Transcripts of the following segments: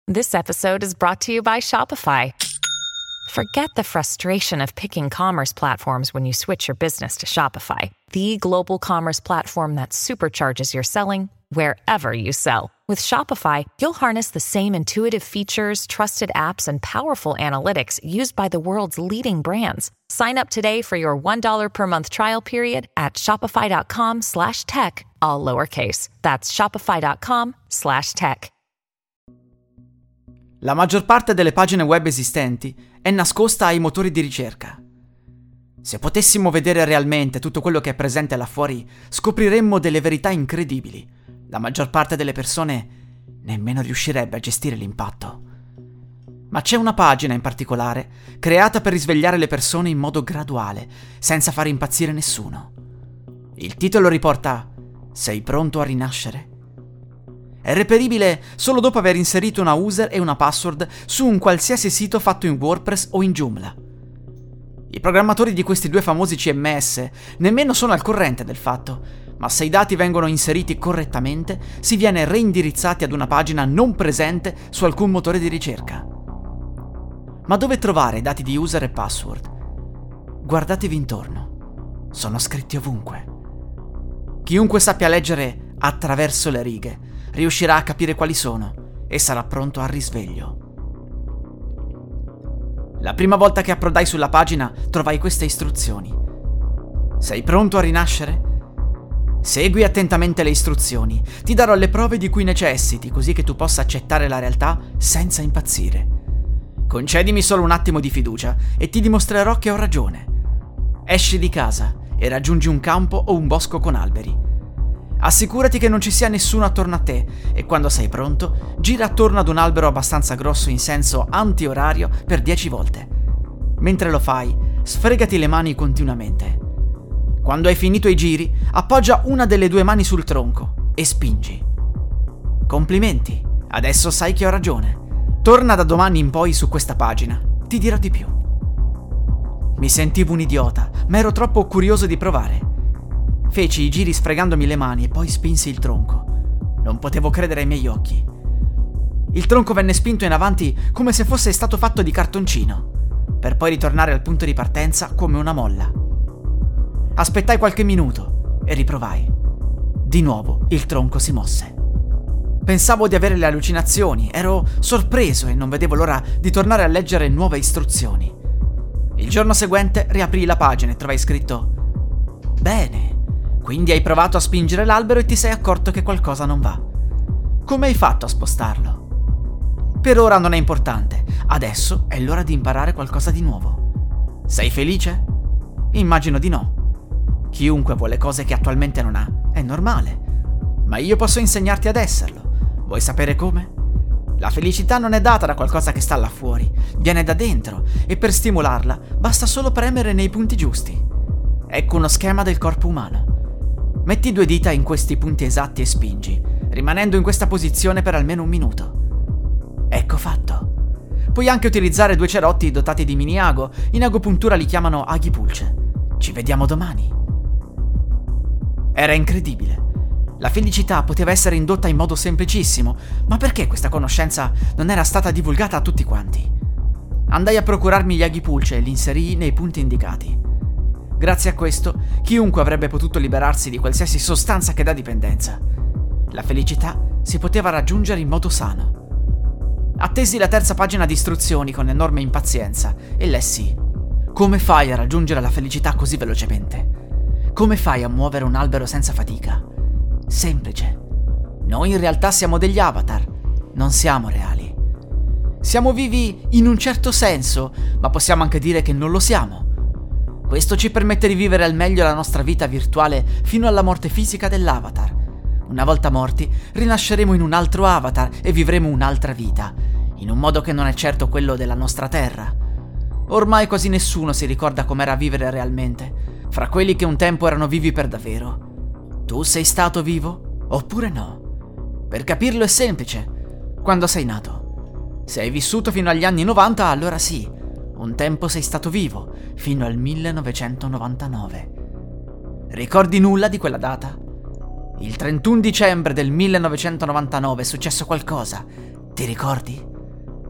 This episode is brought to you by Shopify. Forget the frustration of picking commerce platforms when you switch your business to Shopify, the global commerce platform that supercharges your selling wherever you sell. With Shopify, you'll harness the same intuitive features, trusted apps, and powerful analytics used by the world's leading brands. Sign up today for your $1 per month trial period at shopify.com/tech, all lowercase. That's shopify.com/tech. La maggior parte delle pagine web esistenti è nascosta ai motori di ricerca. Se potessimo vedere realmente tutto quello che è presente là fuori, scopriremmo delle verità incredibili. La maggior parte delle persone nemmeno riuscirebbe a gestire l'impatto. Ma c'è una pagina in particolare creata per risvegliare le persone in modo graduale, senza far impazzire nessuno. Il titolo riporta: "Sei pronto a rinascere?" È reperibile solo dopo aver inserito una user e una password su un qualsiasi sito fatto in WordPress o in Joomla. I programmatori di questi due famosi CMS nemmeno sono al corrente del fatto, ma se i dati vengono inseriti correttamente, si viene reindirizzati ad una pagina non presente su alcun motore di ricerca. Ma dove trovare i dati di user e password? Guardatevi intorno. Sono scritti ovunque. Chiunque sappia leggere attraverso le righe riuscirà a capire quali sono e sarà pronto al risveglio. La prima volta che approdai sulla pagina trovai queste istruzioni. Sei pronto a rinascere? Segui attentamente le istruzioni, ti darò le prove di cui necessiti così che tu possa accettare la realtà senza impazzire. Concedimi solo un attimo di fiducia e ti dimostrerò che ho ragione. Esci di casa e raggiungi un campo o un bosco con alberi. Assicurati che non ci sia nessuno attorno a te e quando sei pronto, gira attorno ad un albero abbastanza grosso in senso antiorario per 10 volte. Mentre lo fai, sfregati le mani continuamente. Quando hai finito i giri, appoggia una delle due mani sul tronco e spingi. Complimenti, adesso sai che ho ragione. Torna da domani in poi su questa pagina, ti dirò di più. Mi sentivo un idiota, ma ero troppo curioso di provare. Feci i giri sfregandomi le mani e poi spinsi il tronco. Non potevo credere ai miei occhi. Il tronco venne spinto in avanti come se fosse stato fatto di cartoncino, per poi ritornare al punto di partenza come una molla. Aspettai qualche minuto e riprovai. Di nuovo il tronco si mosse. Pensavo di avere le allucinazioni, ero sorpreso e non vedevo l'ora di tornare a leggere nuove istruzioni. Il giorno seguente riaprii la pagina e trovai scritto: "Bene, quindi hai provato a spingere l'albero e ti sei accorto che qualcosa non va. Come hai fatto a spostarlo? Per ora non è importante, adesso è l'ora di imparare qualcosa di nuovo. Sei felice? Immagino di no. Chiunque vuole cose che attualmente non ha, è normale. Ma io posso insegnarti ad esserlo. Vuoi sapere come? La felicità non è data da qualcosa che sta là fuori, viene da dentro e per stimolarla basta solo premere nei punti giusti. Ecco uno schema del corpo umano. Metti 2 dita in questi punti esatti e spingi, rimanendo in questa posizione per almeno 1 minuto. Ecco fatto. Puoi anche utilizzare 2 cerotti dotati di mini ago, in agopuntura li chiamano aghi pulce. Ci vediamo domani." Era incredibile. La felicità poteva essere indotta in modo semplicissimo, ma perché questa conoscenza non era stata divulgata a tutti quanti? Andai a procurarmi gli aghi pulce e li inserii nei punti indicati. Grazie a questo, chiunque avrebbe potuto liberarsi di qualsiasi sostanza che dà dipendenza. La felicità si poteva raggiungere in modo sano. Attesi la terza pagina di istruzioni con enorme impazienza e lessi: "Come fai a raggiungere la felicità così velocemente? Come fai a muovere un albero senza fatica? Semplice. Noi in realtà siamo degli avatar, non siamo reali. Siamo vivi in un certo senso, ma possiamo anche dire che non lo siamo. Questo ci permette di vivere al meglio la nostra vita virtuale fino alla morte fisica dell'avatar. Una volta morti, rinasceremo in un altro avatar e vivremo un'altra vita, in un modo che non è certo quello della nostra terra. Ormai quasi nessuno si ricorda com'era vivere realmente, fra quelli che un tempo erano vivi per davvero. Tu sei stato vivo? Oppure no? Per capirlo è semplice. Quando sei nato? Se hai vissuto fino agli anni 90, allora sì, un tempo sei stato vivo, fino al 1999. Ricordi nulla di quella data? Il 31 dicembre del 1999 è successo qualcosa. Ti ricordi?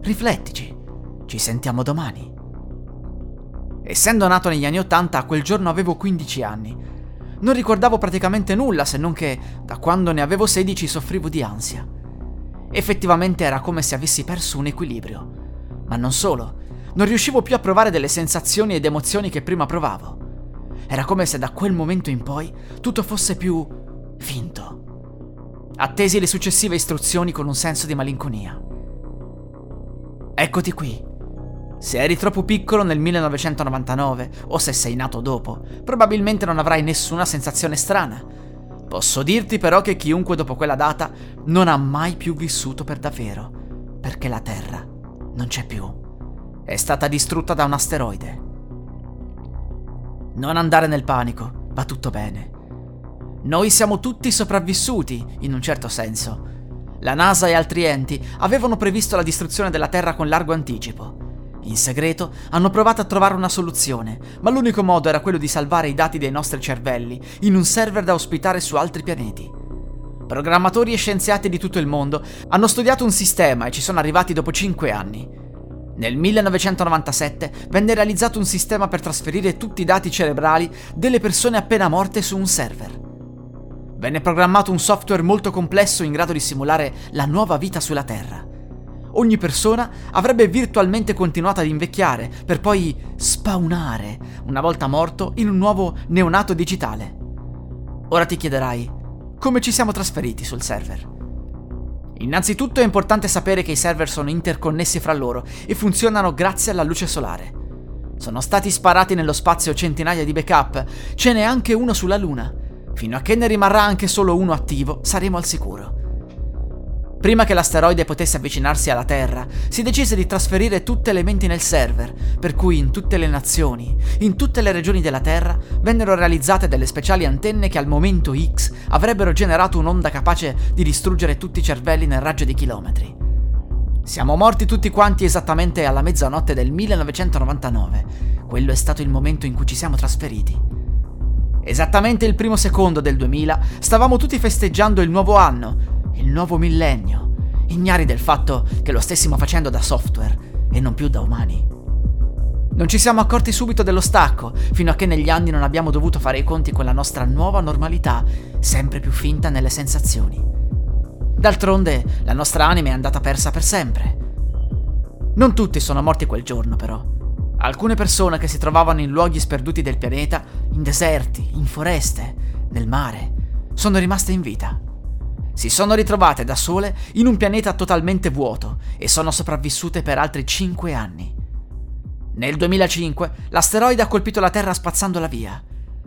Riflettici, ci sentiamo domani. Essendo nato negli anni '80, quel giorno avevo 15 anni. Non ricordavo praticamente nulla, se non che da quando ne avevo 16 soffrivo di ansia. Effettivamente era come se avessi perso un equilibrio. Ma non solo, non riuscivo più a provare delle sensazioni ed emozioni che prima provavo. Era come se da quel momento in poi tutto fosse più finto. Attesi le successive istruzioni con un senso di malinconia. Eccoti qui. Se eri troppo piccolo nel 1999, o se sei nato dopo, probabilmente non avrai nessuna sensazione strana. Posso dirti però che chiunque dopo quella data non ha mai più vissuto per davvero, perché la Terra non c'è più. È stata distrutta da un asteroide. Non andare nel panico, va tutto bene. Noi siamo tutti sopravvissuti, in un certo senso. La NASA e altri enti avevano previsto la distruzione della Terra con largo anticipo. In segreto hanno provato a trovare una soluzione, ma l'unico modo era quello di salvare i dati dei nostri cervelli in un server da ospitare su altri pianeti. Programmatori e scienziati di tutto il mondo hanno studiato un sistema e ci sono arrivati dopo 5 anni. Nel 1997 venne realizzato un sistema per trasferire tutti i dati cerebrali delle persone appena morte su un server. Venne programmato un software molto complesso in grado di simulare la nuova vita sulla Terra. Ogni persona avrebbe virtualmente continuato ad invecchiare per poi spawnare, una volta morto, in un nuovo neonato digitale. Ora ti chiederai, come ci siamo trasferiti sul server? Innanzitutto è importante sapere che i server sono interconnessi fra loro e funzionano grazie alla luce solare. Sono stati sparati nello spazio centinaia di backup, ce n'è anche uno sulla Luna. Fino a che ne rimarrà anche solo uno attivo, saremo al sicuro. Prima che l'asteroide potesse avvicinarsi alla Terra, si decise di trasferire tutte le menti nel server, per cui in tutte le nazioni, in tutte le regioni della Terra, vennero realizzate delle speciali antenne che al momento X avrebbero generato un'onda capace di distruggere tutti i cervelli nel raggio di chilometri. Siamo morti tutti quanti esattamente alla mezzanotte del 1999. Quello è stato il momento in cui ci siamo trasferiti. Esattamente il 1° secondo del 2000 stavamo tutti festeggiando il nuovo anno, il nuovo millennio, ignari del fatto che lo stessimo facendo da software e non più da umani. Non ci siamo accorti subito dello stacco, fino a che negli anni non abbiamo dovuto fare i conti con la nostra nuova normalità, sempre più finta nelle sensazioni. D'altronde, la nostra anima è andata persa per sempre. Non tutti sono morti quel giorno, però. Alcune persone che si trovavano in luoghi sperduti del pianeta, in deserti, in foreste, nel mare, sono rimaste in vita. Si sono ritrovate da sole in un pianeta totalmente vuoto e sono sopravvissute per altri 5 anni. Nel 2005 l'asteroide ha colpito la Terra spazzandola via.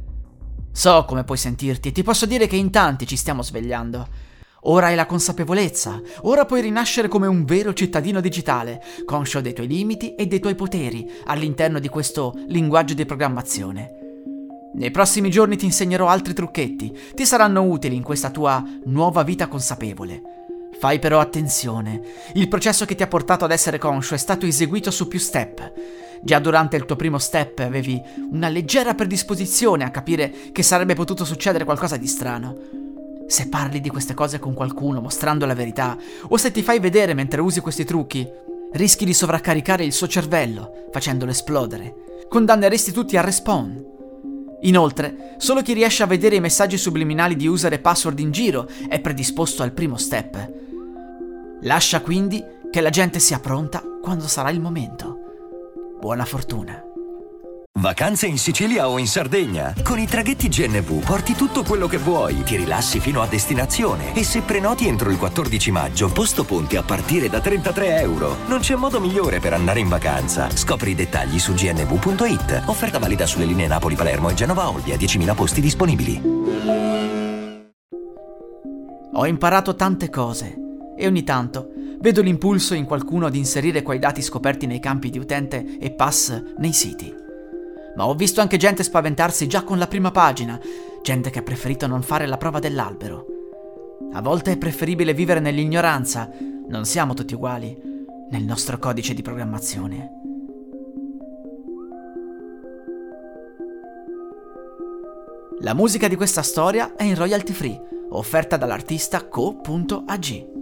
So come puoi sentirti e ti posso dire che in tanti ci stiamo svegliando. Ora hai la consapevolezza, ora puoi rinascere come un vero cittadino digitale, conscio dei tuoi limiti e dei tuoi poteri all'interno di questo linguaggio di programmazione. Nei prossimi giorni ti insegnerò altri trucchetti, ti saranno utili in questa tua nuova vita consapevole. Fai però attenzione, il processo che ti ha portato ad essere conscio è stato eseguito su più step. Già durante il tuo primo step avevi una leggera predisposizione a capire che sarebbe potuto succedere qualcosa di strano. Se parli di queste cose con qualcuno mostrando la verità, o se ti fai vedere mentre usi questi trucchi, rischi di sovraccaricare il suo cervello, facendolo esplodere. Condanneresti tutti a respawn. Inoltre, solo chi riesce a vedere i messaggi subliminali di user e password in giro è predisposto al primo step. Lascia quindi che la gente sia pronta quando sarà il momento. Buona fortuna. Vacanze in Sicilia o in Sardegna? Con i traghetti GNV porti tutto quello che vuoi, ti rilassi fino a destinazione e se prenoti entro il 14 maggio, posto ponti a partire da €33. Non c'è modo migliore per andare in vacanza. Scopri i dettagli su gnv.it. Offerta valida sulle linee Napoli-Palermo e Genova-Olbia, 10.000 posti disponibili. Ho imparato tante cose e ogni tanto vedo l'impulso in qualcuno di inserire quei dati scoperti nei campi di utente e pass nei siti. Ma ho visto anche gente spaventarsi già con la prima pagina, gente che ha preferito non fare la prova dell'albero. A volte è preferibile vivere nell'ignoranza, non siamo tutti uguali nel nostro codice di programmazione. La musica di questa storia è in royalty free, offerta dall'artista co.ag.